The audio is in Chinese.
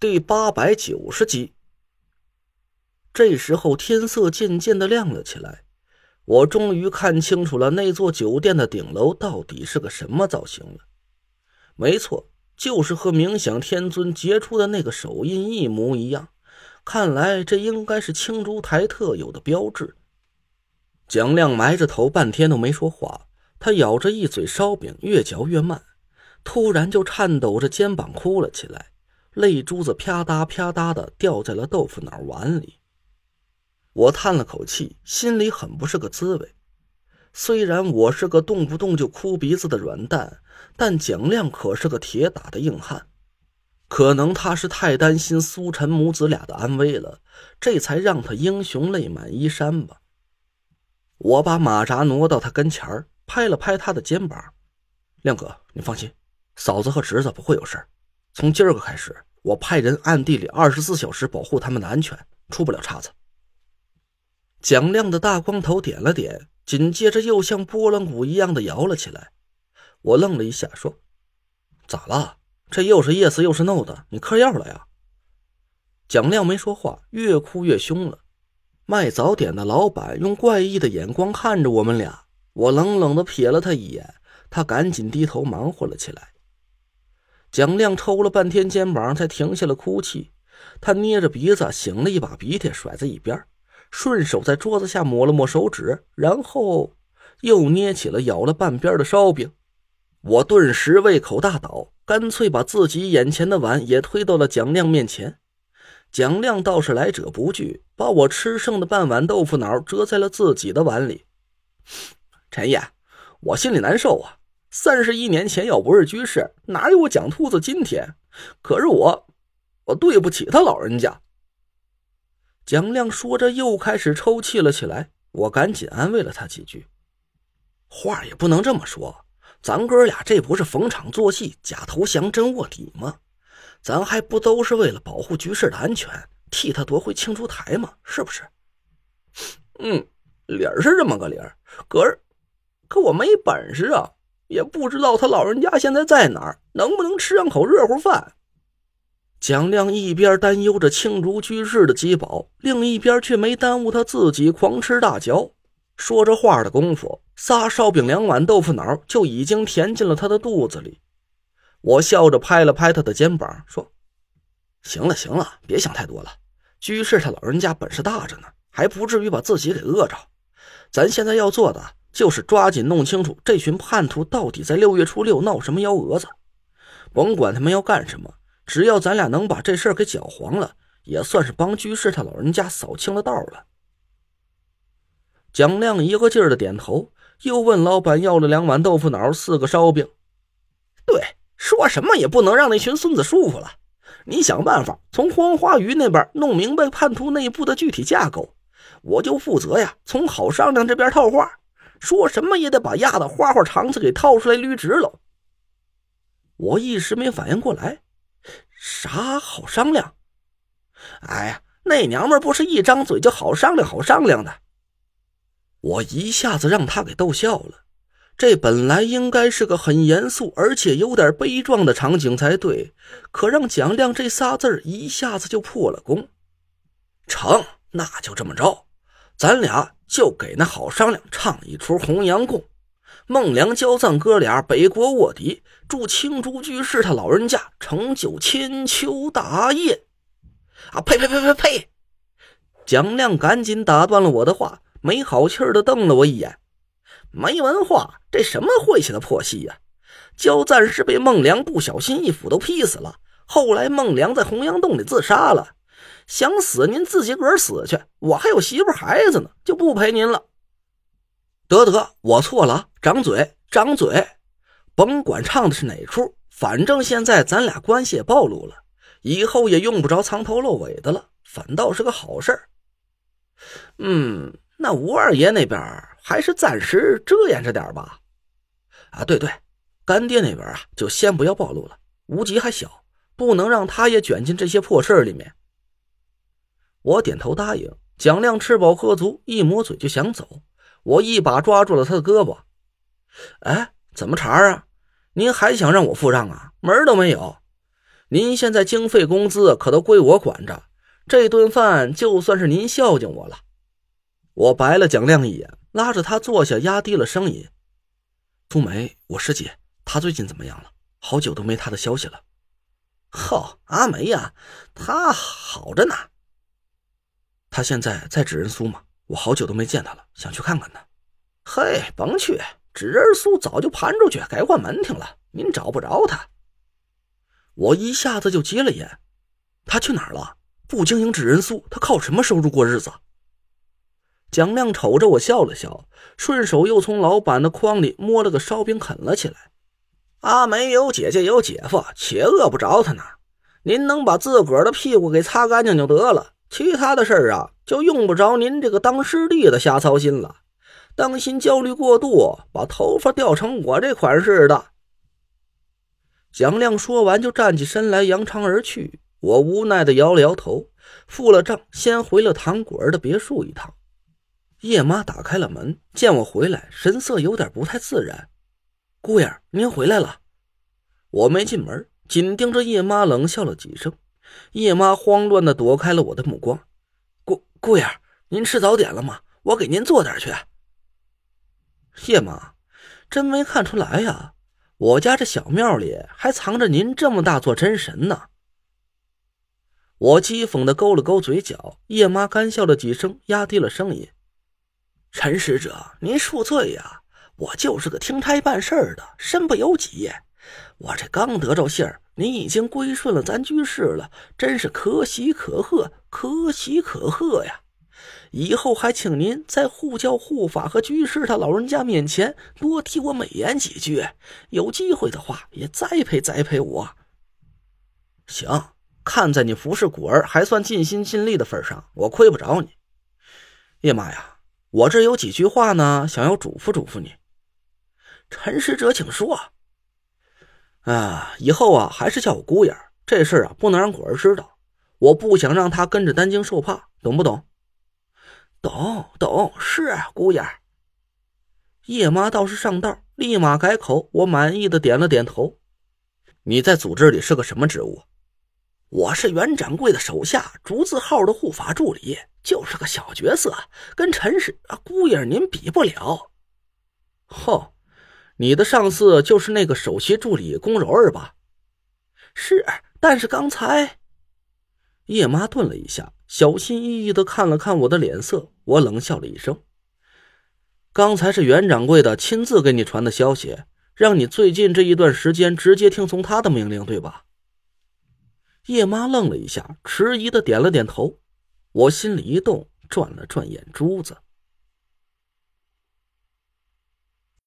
第890集。这时候天色渐渐地亮了起来，我终于看清楚了那座酒店的顶楼到底是个什么造型了。没错，就是和冥想天尊结出的那个手印一模一样，看来这应该是青竹台特有的标志。蒋亮埋着头半天都没说话，他咬着一嘴烧饼，越嚼越慢，突然就颤抖着肩膀哭了起来，泪珠子啪嗒啪嗒的掉在了豆腐脑碗里。我叹了口气，心里很不是个滋味。虽然我是个动不动就哭鼻子的软蛋，但蒋亮可是个铁打的硬汉。可能他是太担心苏晨母子俩的安危了，这才让他英雄泪满衣衫吧。我把马扎挪到他跟前，拍了拍他的肩膀。亮哥，你放心，嫂子和侄子不会有事。从今儿个开始，我派人暗地里24小时保护他们的安全，出不了岔子。蒋亮的大光头点了点，紧接着又像拨浪鼓一样的摇了起来。我愣了一下，说：咋了？这又是 yes 又是 no 的，你嗑药了呀？蒋亮没说话，越哭越凶了。卖早点的老板用怪异的眼光看着我们俩，我冷冷地瞥了他一眼，他赶紧低头忙活了起来。蒋亮抽了半天肩膀才停下了哭泣，他捏着鼻子擤了一把鼻涕甩在一边，顺手在桌子下抹了抹手指，然后又捏起了咬了半边的烧饼。我顿时胃口大倒，干脆把自己眼前的碗也推到了蒋亮面前。蒋亮倒是来者不拒，把我吃剩的半碗豆腐脑折在了自己的碗里。陈爷，我心里难受啊，31年前要不是居士，哪有我蒋兔子今天？可是我对不起他老人家。蒋亮说着又开始抽泣了起来，我赶紧安慰了他几句。话也不能这么说，咱哥俩这不是逢场作戏，假投降真卧底吗？咱还不都是为了保护居士的安全，替他夺回青竹台吗？是不是？理儿是这么个理儿，可我没本事啊，也不知道他老人家现在在哪儿，能不能吃上口热乎饭。蒋亮一边担忧着青竹居士的饥饱，另一边却没耽误他自己狂吃大嚼。说着话的功夫，3烧饼2碗豆腐脑就已经填进了他的肚子里。我笑着拍了拍他的肩膀，说：行了，别想太多了，居士他老人家本事大着呢，还不至于把自己给饿着。咱现在要做的就是抓紧弄清楚这群叛徒到底在6月初6闹什么幺蛾子。甭管他们要干什么，只要咱俩能把这事儿给搅黄了，也算是帮居士他老人家扫清了道了。蒋亮一个劲儿的点头，又问老板要了2碗豆腐脑4个烧饼。对，说什么也不能让那群孙子舒服了。你想办法从黄花鱼那边弄明白叛徒内部的具体架构，我就负责呀从好商量这边套话，说什么也得把压的花花肠子给套出来捋直了。我一时没反应过来，啥好商量？哎呀，那娘们不是一张嘴就好商量的。我一下子让他给逗笑了，这本来应该是个很严肃而且有点悲壮的场景才对，可让蒋亮这仨字一下子就破了功。成，那就这么着，咱俩就给那好商量唱一出洪阳宫，孟良交赞哥俩北国卧底，祝青竹居士他老人家成就千秋大业。呸！蒋亮赶紧打断了我的话，没好气的瞪了我一眼。没文化，这什么晦气的破戏呀？交赞是被孟良不小心一斧头劈死了，后来孟良在洪阳洞里自杀了。想死您自己个儿死去，我还有媳妇孩子呢，就不陪您了。得，我错了，张嘴，甭管唱的是哪出，反正现在咱俩关系也暴露了，以后也用不着藏头露尾的了，反倒是个好事儿。那吴二爷那边还是暂时遮掩着点吧。对，干爹那边就先不要暴露了，无极还小，不能让他也卷进这些破事里面。我点头答应，蒋亮吃饱喝足，一抹嘴就想走，我一把抓住了他的胳膊。怎么茬啊？您还想让我付账啊？门儿都没有。 您现在经费工资可都归我管着，这顿饭就算是您孝敬我了。我白了蒋亮一眼，拉着他坐下，压低了声音：苏梅，我师姐，她最近怎么样了？好久都没她的消息了。阿梅呀，她好着呢。她现在在纸人苏吗？我好久都没见她了，想去看看她。嘿，甭去，纸人苏早就盘出去改换门庭了，您找不着她。我一下子就急了眼，她去哪儿了？不经营纸人苏，她靠什么收入过日子？蒋亮瞅着我笑了笑，顺手又从老板的筐里摸了个烧饼啃了起来。阿梅有姐姐有姐夫，且饿不着她呢。您能把自个儿的屁股给擦干净就得了，其他的事儿啊，就用不着您这个当师弟的瞎操心了。当心焦虑过度，把头发掉成我这款似的。蒋亮说完就站起身来，扬长而去。我无奈地摇了摇头，付了账，先回了唐果儿的别墅一趟。叶妈打开了门，见我回来，神色有点不太自然。姑爷，您回来了。我没进门，紧盯着叶妈冷笑了几声。叶妈慌乱地躲开了我的目光。姑爷，您吃早点了吗？我给您做点去。叶妈，真没看出来呀，我家这小庙里还藏着您这么大座真神呢。我讥讽地勾了勾嘴角，叶妈干笑了几声，压低了声音：陈使者，您恕罪呀，我就是个听差办事的，身不由己。我这刚得着信儿，您已经归顺了咱居士了，真是可喜可贺，可喜可贺呀！以后还请您在护教护法和居士他老人家面前多替我美言几句，有机会的话也栽培栽培我。行，看在你服侍果儿还算尽心尽力的份上，我亏不着你。叶妈呀，我这有几句话呢，想要嘱咐嘱咐你。陈使者请说。以后啊还是叫我姑爷，这事啊不能让果儿知道，我不想让他跟着担惊受怕，懂不懂？懂，是姑爷。叶妈倒是上道，立马改口，我满意的点了点头。你在组织里是个什么职务？我是袁掌柜的手下竹字号的护法助理，就是个小角色，跟陈氏姑爷您比不了。你的上司就是那个首席助理龚柔儿吧？是，但是刚才……叶妈顿了一下，小心翼翼地看了看我的脸色，我冷笑了一声。刚才是袁掌柜的亲自给你传的消息，让你最近这一段时间直接听从他的命令，对吧？叶妈愣了一下，迟疑地点了点头。我心里一动，转了转眼珠子。